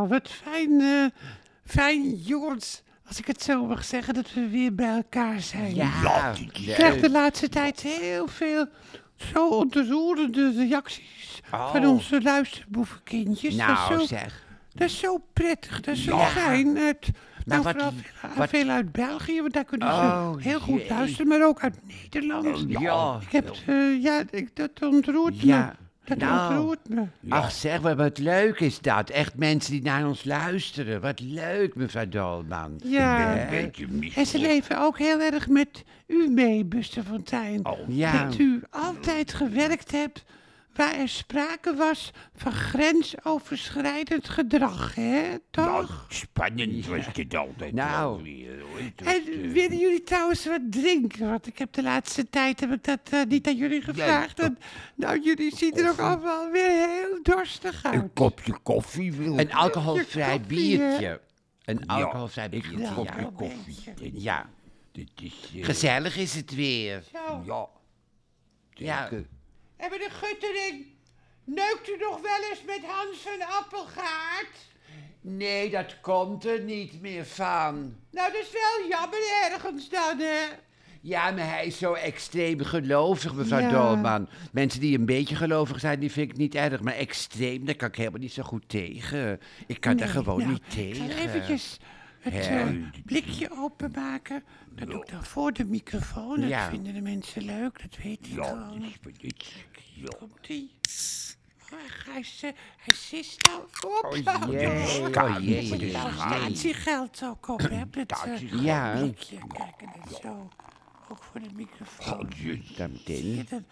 Nou, wat fijn, jongens, als ik het zo mag zeggen, dat we weer bij elkaar zijn. Ja, Ik krijg de laatste tijd heel veel zo ontroerende reacties van onze luisterboevenkindjes. Nou, zeg. Dat is zo prettig, dat is zo fijn. Vooral veel uit België, want daar kunnen ze heel goed jee. luisteren, maar ook uit Nederland. Ja. Ik heb dat ontroert me. Ja. Dat Nou. ontroert me. Ach zeg, wat leuk is dat. Echt mensen die naar ons luisteren. Wat leuk, mevrouw Dolman. Ja. Hè? En ze leven ook heel erg met u mee, Buster Fontijn. Ja. Dat u altijd gewerkt hebt waar er sprake was van grensoverschrijdend gedrag, hè? Toch? Spannend was dit altijd. Nou. En willen jullie trouwens wat drinken? Want ik heb de laatste tijd dat niet aan jullie gevraagd. En, nou, jullie zien er ook allemaal weer heel dorstig uit. Een kopje koffie wil Een alcoholvrij koffie, biertje. Een alcoholvrij ik biertje, een ja. kopje een koffie. beetje. Ja. Dit is... Gezellig is het weer. Zo. Ja. Ja. Zeker. En meneer Guttering, neukt u nog wel eens met Hans van Appelgaard? Nee, dat komt er niet meer van. Nou, dat is wel jammer ergens dan, hè? Ja, maar hij is zo extreem gelovig, mevrouw Ja. Dolman. Mensen die een beetje gelovig zijn, die vind ik niet erg. Maar extreem, daar kan ik helemaal niet zo goed tegen. Ik kan daar gewoon niet Ik tegen. ga eventjes het Hè? blikje openmaken. Dat doe ik dan voor de microfoon. Dat Ja. vinden de mensen leuk, dat weet ik Ja, gewoon. dit is voor dit. Ja. Komt-ie. Hij sist nou op. jee, oh jee, Met jee. statiegeld ook op, hè? Dat Ja. blikje. Kijk, en dat zo. Ook voor de microfoon. Daar Zie je, meteen.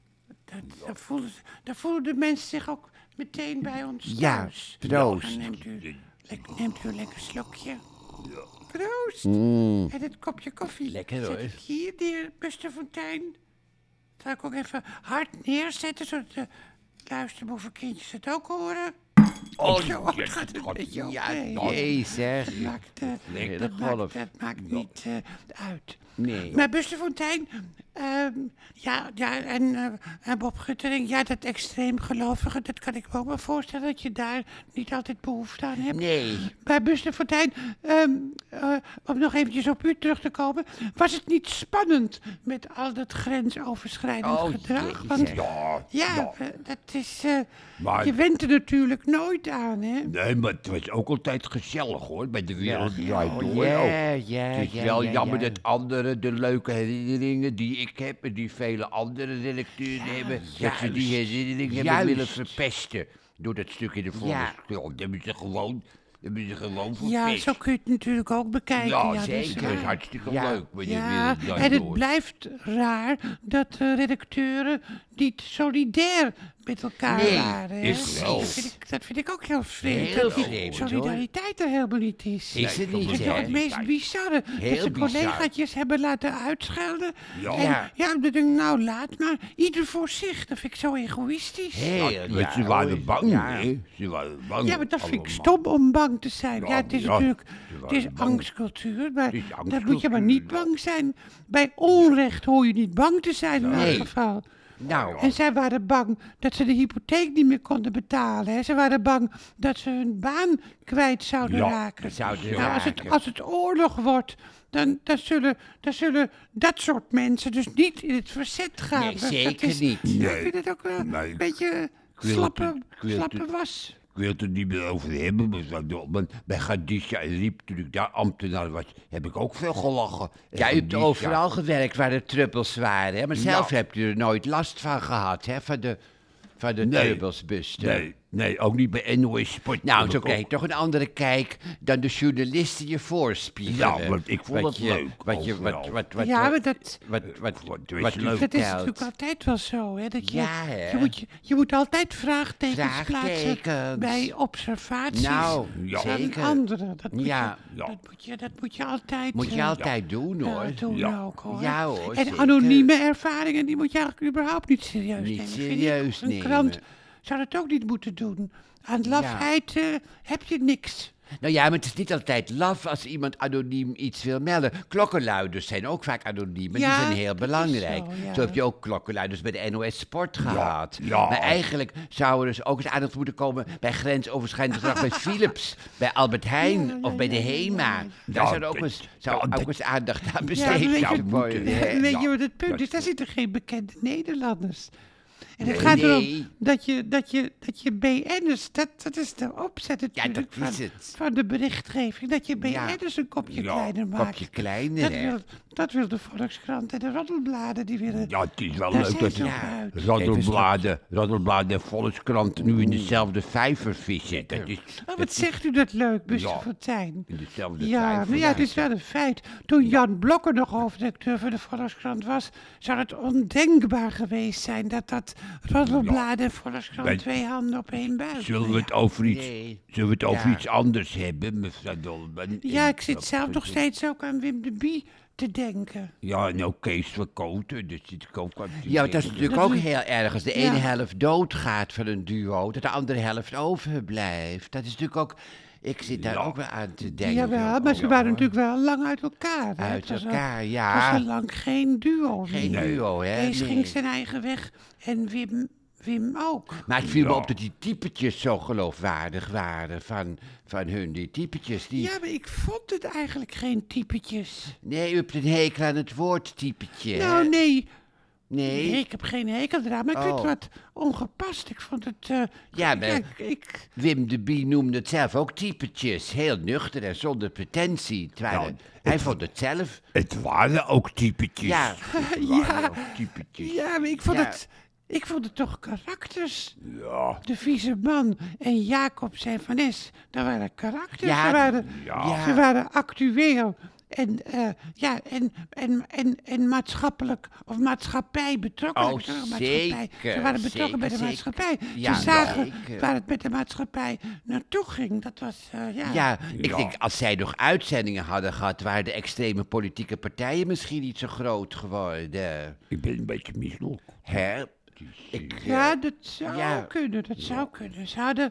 dan voelen de mensen zich ook meteen bij ons Ja, thuis. proost. Dan neemt u een lekker slokje. Proost. En het kopje koffie. Lekker, Zet hoor. ik hier neer, Buster Fontijn. Zal ik ook even hard neerzetten, zodat de luisterboevenkindjes het ook horen? Zo, het gaat een beetje Ja, oké. jee zeg. Dat maakt niet uit. Nee. Maar Buster Fontijn, en Bob Guttering, ja, dat extreem gelovige, dat kan ik me ook wel voorstellen dat je daar niet altijd behoefte aan hebt. Nee. Maar Buster Fontijn, om nog eventjes op u terug te komen, was het niet spannend met al dat grensoverschrijdend gedrag? Want dat is, Maar- je went er natuurlijk nooit aan, hè? Nee, maar het was ook altijd gezellig hoor, bij de wereld draait door ook. Ja, Het is wel jammer dat anderen de leuke herinneringen die ik heb en die vele andere redacteuren hebben, dat ze die herinneringen hebben Juist. willen verpesten. Door dat stuk in de Volkskrant. Dat hebben ze gewoon verpest. Ja, zo kun je het natuurlijk ook bekijken. Ja, dat is zeker. Dat is waar. hartstikke Ja. leuk. Bij de Ja, wereld draait en het door. blijft raar dat redacteuren niet solidair met elkaar Nee, waren. hè? is wel. Dat vind ik ook heel vreemd. Heel dat vreemd, hoor. solidariteit er helemaal niet is. Is het Dat niet, is toch hè? het meest bizarre. Heel dat ze bizar. collegaatjes hebben laten uitschelden. Ja. En, ja, dan denk ik, nou laat maar. Ieder voor zich. Dat vind ik zo egoïstisch. Heel, Want ze waren bang, ja. hè? Ze waren bang. Ja, maar dat vind ik allemaal. stom om bang te zijn. Ja, het is ja, natuurlijk ze het is waren bang. angstcultuur, maar Het is daar moet je maar niet angstcultuur, bang zijn. Bij onrecht hoor je niet bang te zijn in Nee. elk geval. Nou, En zij waren bang dat ze de hypotheek niet meer konden betalen. Hè. Ze waren bang dat ze hun baan kwijt zouden Ja, raken. zouden Nou, raken. als het oorlog wordt, dan zullen dat soort mensen dus niet in het verzet gaan. Nee, Dat zeker is- niet. Ja, Nee. ik vind het ook wel Nee, een beetje wil slappe, het- ik wil slappe het- was. Ik wil het er niet meer over hebben, maar bij Gadisha en Riep, toen ik daar ambtenaar was, heb ik ook veel gelachen. En ja, u hebt Gadisha- overal gewerkt waar er trubbels waren, hè? Maar zelf Ja. hebt u er nooit last van gehad, hè? Van de Nee. trubbels, Buster. Nee, ook niet bij NOS Sport. Nou, Heb zo ik kreeg je ook- toch een andere kijk dan de journalisten je voorspiegelen. Ja, want ik vond Wat het je- leuk, Wat je, overal. Ja, maar dat... wat is u leuk. Dat is vertelt. natuurlijk altijd wel zo, hè? Dat je, Ja, hè? je moet altijd vraagtekens Vraagtekens. plaatsen bij observaties Nou, Ja. van zeker. anderen. Dat moet, Ja. dat moet je altijd Moet je altijd doen, hoor. doen Ja. ook, hoor. Ja, hoor, En zeker. anonieme ervaringen, die moet je eigenlijk überhaupt niet serieus Niet nemen. serieus vind ik. Een nemen. krant zou dat ook niet moeten doen. Aan lafheid heb je niks. Nou ja, maar het is niet altijd laf als iemand anoniem iets wil melden. Klokkenluiders zijn ook vaak anoniem en Ja, die zijn heel dat is belangrijk. zo, ja. Zo heb je ook klokkenluiders bij de NOS Sport gehad. ja. Maar eigenlijk zou er dus ook eens aandacht moeten komen bij grensoverschrijdend gedrag bij Philips, bij Albert Heijn Ja, of bij de ja, HEMA. ja. Daar Ja, zou er ook dat- eens, ja, dat- aandacht aan Ja, besteed weet je, moeten worden. hè? weet je wat het punt dat- is? Daar zitten geen bekende Nederlanders. En het Nee. gaat Nee. erom dat je BN'ers, dat is de opzet natuurlijk dat is het. van de berichtgeving, dat je Ja. BN'ers een kopje Ja, kleiner maakt. Kopje kleiner, hè? Dat wil de Volkskrant en de roddelbladen, die willen... Ja, het is wel Daar leuk zijn dat ze de op uit. Roddelbladen en Volkskrant nu in dezelfde vijver vissen. Dat is Oh, wat zegt u dat leuk, Buster Ja. Fontijn. in dezelfde Ja, vijver. maar ja, het is wel een feit. Toen Jan Blokker nog hoofdredacteur van de Volkskrant was, zou het ondenkbaar geweest zijn dat roddelbladen en Volkskrant Wij- 2 handen op één buik. Zullen we het over iets, Nee. zullen we het over Ja. iets anders hebben, mevrouw Dolman? Ja, ik zit zelf nog steeds ook aan Wim de Bie te denken. Ja, en ook Kees van Kooten, daar zit ik ook aan te Ja, want dat is denken. natuurlijk ook heel erg. Als de ene Ja. helft doodgaat van een duo, dat de andere helft overblijft. Dat is natuurlijk ook... Ik zit daar Ja. ook wel aan te denken. Jawel, maar ze waren natuurlijk wel lang uit elkaar. Hè? Uit Het was elkaar, Het ja. was al lang geen duo Geen meer. duo, hè? Kees Nee. ging zijn eigen weg en Wim ook. Maar het viel me Ja. op dat die typetjes zo geloofwaardig waren van hun. Die typetjes, die... Ja, maar ik vond het eigenlijk geen typetjes. Nee, u hebt een hekel aan het woord typetje, hè? Nou, nee. Nee? Nee, ik heb geen hekel eraan, maar ik vind Oh. het wat ongepast. Ik vond het... Ja, maar- kijk, ik... Wim de Bie noemde het zelf ook typetjes. Heel nuchter en zonder pretentie. Terwijl hij vond het zelf... Het waren ook typetjes. Ja. Het Ja. waren ook typetjes. Ja, maar ik vond, Ja. ik vond het toch karakters. Ja. De vieze man en Jacob en Van Es, dat waren karakters. Ja, ja. Ze waren actueel en, en maatschappelijk of maatschappij betrokken. Oh, Ik zeg maatschappij. zeker, Ze waren betrokken bij de zeker, maatschappij. Ja, Ze zagen zeker. waar het met de maatschappij naartoe ging. Dat was, Ja, ik Ja. denk als zij nog uitzendingen hadden gehad, waren de extreme politieke partijen misschien niet zo groot geworden. Ik ben een beetje misselijk. Hè? Ja, dat zou ja. kunnen, dat zou kunnen.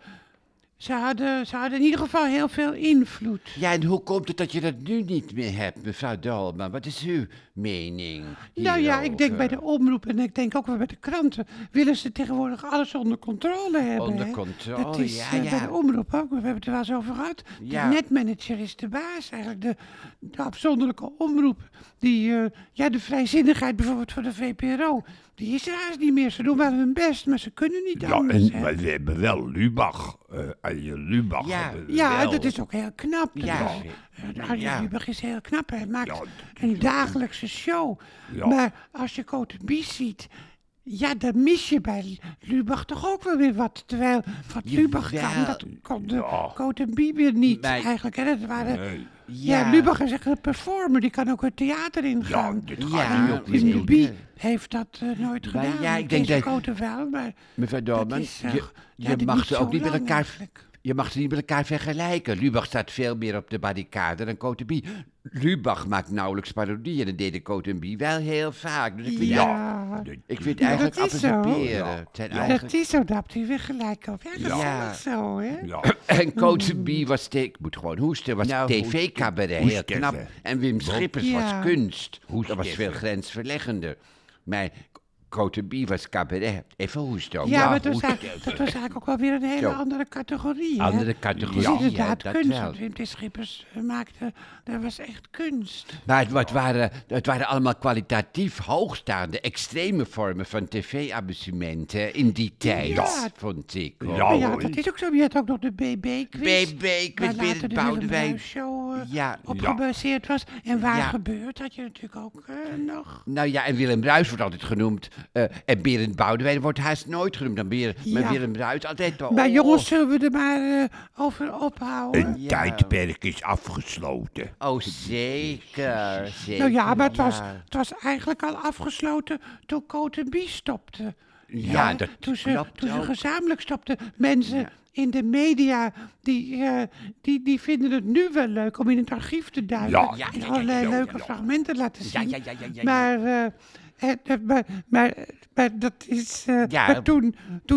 Ze hadden in ieder geval heel veel invloed. Ja, en hoe komt het dat je dat nu niet meer hebt, mevrouw Dolman? Wat is uw mening Nou ja, ik denk hierover? bij de omroep en ik denk ook wel bij de kranten... willen ze tegenwoordig alles onder controle hebben. Onder hè. controle, Dat is ja, ja. bij de omroep ook, we hebben het er wel eens over gehad. Ja. De netmanager is de baas eigenlijk, de afzonderlijke omroep. Die, de vrijzinnigheid bijvoorbeeld voor de VPRO... die is er haast niet meer. Ze doen wel hun best, maar ze kunnen niet Ja, anders. hè. maar we hebben wel Lubach. Arjen Lubach Ja. hebben we Ja, wel. dat is ook heel knap. Dat Ja. is- Arjen Ja. Lubach is heel knap. Hij maakt Ja, een dagelijkse show. Ja. Maar als je Cote Bies ziet... Ja, dan mis je bij Lubach toch ook wel weer wat. Terwijl wat Lubach kan, Jawel. dat kon de Ja. Cote Bie weer niet Maar- eigenlijk. Hè. Dat waren, Nee. ja. Lubach is echt een performer. Die kan ook het theater Ja, ingaan. dit Ja, gaat niet op Wim de zeker. Bie heeft dat nooit Maar gedaan. ja, ik denk Deze dat- Cote wel, maar Mevrouw dat Dolman, is, je mag niet ze zo ook niet met lang elkaar... eigenlijk. Je mag ze niet met elkaar vergelijken. Lubach staat veel meer op de barricade dan Cote-Bie. Lubach maakt nauwelijks parodieën en dat deed de Cote-Bie wel heel vaak. Dus ik vind, Ja. ik vind Ja, eigenlijk dat is zo. appetiseren. Ja. Het zijn Ja. eigenlijk... Dat is zo, daar hebt u weer gelijk op. Ja, dat Ja. is zo, hè? Ja. En Cote-Bie was... Ik moet gewoon hoesten. Was Nou, tv-cabaret, hoest heel knap. even. En Wim Schippers Ja. was kunst. Hoest Dat was even. veel grensverleggender. Maar Cote-Bie was cabaret. Even hoesten ook. Ja, maar goed, dat was eigenlijk ook wel weer een hele Zo. andere categorie. Hè? Andere Het categorie. is Ja, inderdaad dat kunst. wel. Wat Wim T. Schippers maakte, dat was echt kunst. Maar het waren allemaal kwalitatief hoogstaande, extreme vormen van tv-amusementen in die tijd, Ja. vond ik. hoor. Ja, Maar ja, hoor. dat is ook zo. Je had ook nog de BB-quiz. BB, waar met later Berend de Willem Boudewijn. Bruijs show Ja. op Ja. gebaseerd was. En waar Ja. gebeurt, had je natuurlijk ook nog. Nou ja, en Willem Bruijs wordt altijd genoemd. En Berend Boudewijn wordt haast nooit genoemd. Maar Ja. Willem Bruijs altijd wel. Maar oh, jongens, zullen we er maar over ophouden? Een Ja. tijdperk is afgesloten. Oh, zeker. Zeker. Nou ja, maar het ja. was eigenlijk al afgesloten toen Cote Bie stopte. Ja, dat toen ze klopt ook. gezamenlijk stopten. Mensen in de media, die vinden het nu wel leuk om in het archief te duiken. Ja, en ja, allerlei ja, leuke ja. fragmenten laten Ja, zien. ja, ja, ja, ja, ja. Maar Maar dat is... Ja. Maar toen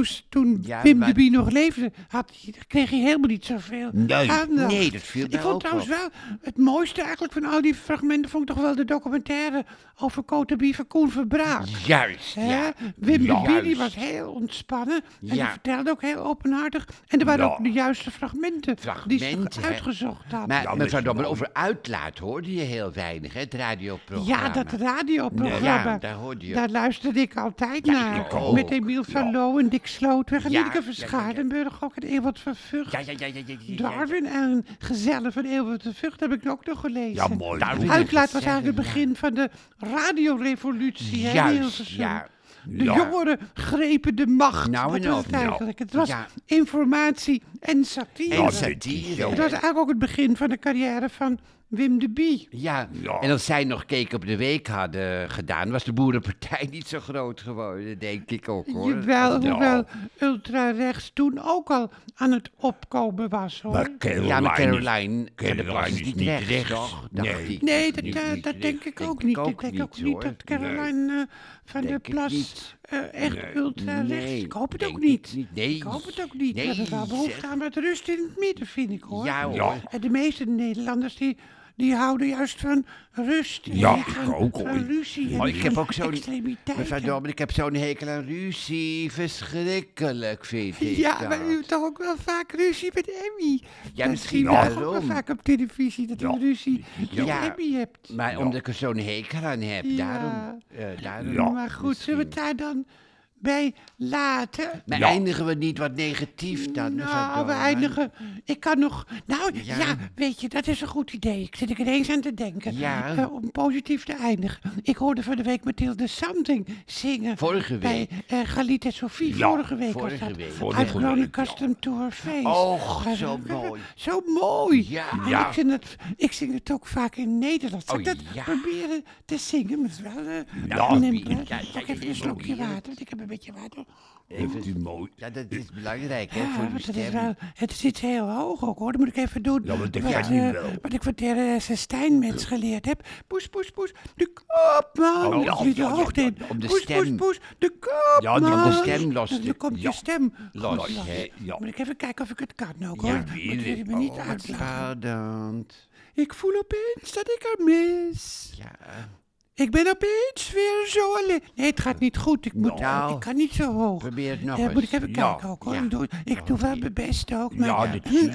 Ja, Wim maar- de Bie nog leefde, kreeg hij helemaal niet zoveel aandacht. Nee, dat viel Ik mij vond ook trouwens op. wel, het mooiste eigenlijk van al die fragmenten vond ik toch wel de documentaire over Kote van Koen Verbraak. Juist, Hè? ja. Wim de Bie die Juist. was heel ontspannen en die Ja. vertelde ook heel openhartig. En er waren Ja. ook de juiste fragmenten die ze Fragmenten, hè. uitgezocht had. Maar Ja, mevrouw dat is Dobbel, mooi. over uitlaat hoorde je heel weinig, hè, het radioprogramma. Ja, dat radioprogramma. Ja, daar hoorde je. Daar luisterde ik altijd Ja, naar. ik ook. Met Emiel van Loo en Dick Slootweg en Ja, Lieke van ja, ja, ja. Schaardenburg ook en Ewald van Vught. Ja. Darwin en Gezellen van Ewald van Vught heb ik ook nog gelezen. Ja, mooi. Darwin. Uitlaat was eigenlijk het begin van de radiorevolutie. hè, Juist, Hilversum. ja. De Ja. jongeren grepen de macht. Nou dat en was of, het nou. eigenlijk. Het was Ja. informatie en satire. En Ja, satire. Het was eigenlijk ook het begin van de carrière van Wim de Bie. Ja, Ja. en als zij nog Keken op de Week hadden gedaan, was de Boerenpartij niet zo groot geworden, denk ik ook, hoor. Jawel, Ja. hoewel ultra-rechts toen ook al aan het opkomen was, hoor. Maar Caroline, Ja, maar is- Caroline van der Caroline Plas is is niet niet rechts, rechts. toch? Dacht Nee. ik. Nee, Niet dat denk ik rechts. ook niet. Ik denk ook niet hoor. dat Caroline van der Denk ik Plas niet. echt ultra-rechts... Nee, Ik hoop het denk ook niet. ik niet. Nee. Ik hoop het ook niet. Nee, We hebben wel behoefte zeg. aan wat rust in het midden, vind ik, hoor. Ja, hoor. Ja. En de meeste Nederlanders die houden juist van rust. en Ja, niet ik van, ook, van hoor. ruzie en Maar ik heb van ook zo'n... extremiteit. Mevrouw Dobbel, ik heb zo'n hekel aan ruzie. Verschrikkelijk, vind ik Ja, dat. maar u hebt toch ook wel vaak ruzie met Emmy? Ja, Dat misschien zien we toch ook daarom. wel vaak op televisie, dat u Ja. ruzie met Ja. Emmy hebt. Maar omdat ik er zo'n hekel aan heb, Ja. daarom. Ja. Maar goed, zullen we het daar dan bij laten? Maar Ja. eindigen we niet wat negatief dan, mevrouw Nou, we Dobbel? eindigen... Ik kan nog... Nou, Ja. ja, weet je, dat is een goed idee. Ik zit er ineens aan te denken. Ja. Om positief te eindigen. Ik hoorde van de week Mathilde Santing zingen. Vorige Bij Galit en Sophie. Ja, vorige week was vorige dat. week. Vorige I've grown week, ja. accustomed to her face. Och, Maar zo mooi. Zo mooi. Ja. En Ja. ik zing het ook vaak in Nederlands. Zal ik Oh, dat ja. proberen te zingen? Maar het is wel... Ja, Zal ik even een slokje water? Want ik heb een beetje water. Heeft u mooi. Ja, dat is belangrijk, hè, Ja, voor de want het is stem. wel... Het zit heel hoog ook, hoor. Dat moet ik even doen. Ja, maar dat wat, kan niet wel. wat ik van Therese Steinmetz geleerd heb. Poes, poes, poes. De koopman. Oh, Dat ja, is de ja, ja, hoogte in. om de Poes, stem. poes, poes. De koopman. Ja, om de stem los te- Dan komt je Ja. stem Los, goed los. hè, ja. Moet ik even kijken of ik het kan ook, Ja, hoor. Moeten jullie me niet Oh, wat uitlachen. spannend. Ik voel opeens dat ik er mis. Ja. Ik ben opeens weer zo alleen. Nee, het gaat niet goed. Nou. Ik kan niet zo hoog. Probeer het nog Moet ik eens. even Ja. kijken ook, hoor. Ja. Ik doe wel mijn best ook. Maar... Ja, dat zie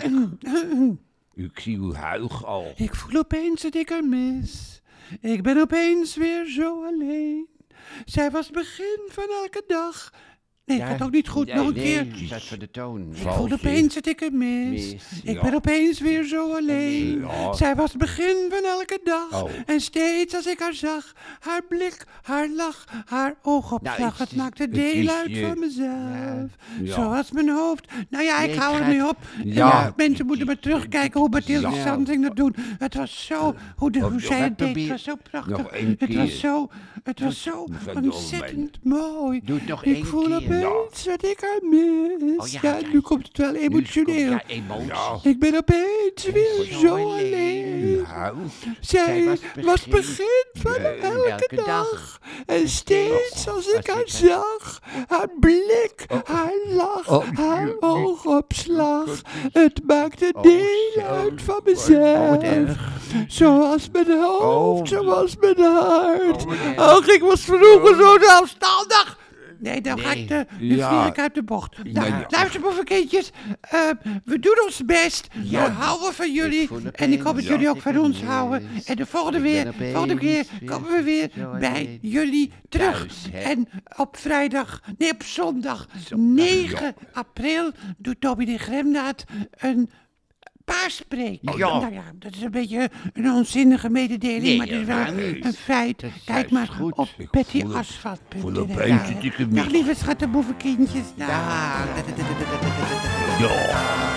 Ik zie uw huig al. Ik voel opeens dat ik er mis. Ik ben opeens weer zo alleen. Zij was het begin van elke dag. Nee, het gaat ook niet goed. Nog een keer. Nee, dat voor de toon. Ik voel opeens dat ik er mis. Mis. Ik Ja. ben opeens weer zo alleen. Ja. Zij was het begin van elke dag. Oh. En steeds als ik haar zag, haar blik, haar lach, haar oogopslag. Nou, het maakte het deel is uit je- van mezelf. Ja. Zoals mijn hoofd. Nou ja, ik Nee, hou het er nu gaat- op. Ja. En mensen moeten maar terugkijken hoe Mathilde Ja. Santing dat doen. Het was zo, hoe zij het deed, het was zo prachtig. Nog één Het keer. was zo Mevrouw ontzettend mooi. Doe het nog Ik één voel keer. opeens dat ik haar mis. Oh, ja, ja, ja, nu komt het wel emotioneel. Ja, emotie. Ja. Ik ben opeens weer Zo zo alleen. alleen. Huig. Zij was was het begin van elke elke dag. dag. En steeds als ik haar als ik zag, haar blik, haar lach, haar oogopslag. Het maakte deel uit van mezelf. Zoals mijn hoofd, zoals mijn hart. Ach, ik was vroeger zo zelfstandig. Nee, dan ga ik nu Ja. vlieg ik uit de bocht. Nou, ja. luister, boevenkindjes. We doen ons best. We houden van jullie. voel En ik hoop dat opeens jullie ook dat van ik ons er houden. mis. En de volgende Ik ben volgende keer opeens weer komen we weer zo bij alleen. jullie terug. Thuis, hè? En op zondag 9 april doet Toby de Gremnaat een paaspreek. Ja. Nou ja, dat is een beetje een onzinnige mededeling, Nee, maar het is wel helemaal niet. een feit. Dat is Kijk juist maar goed. op Ik voel pettyasfalt.nl. opeens dat ik er mis. Dag lieve schattenboevenkindjes. Dag. Dag. Ja.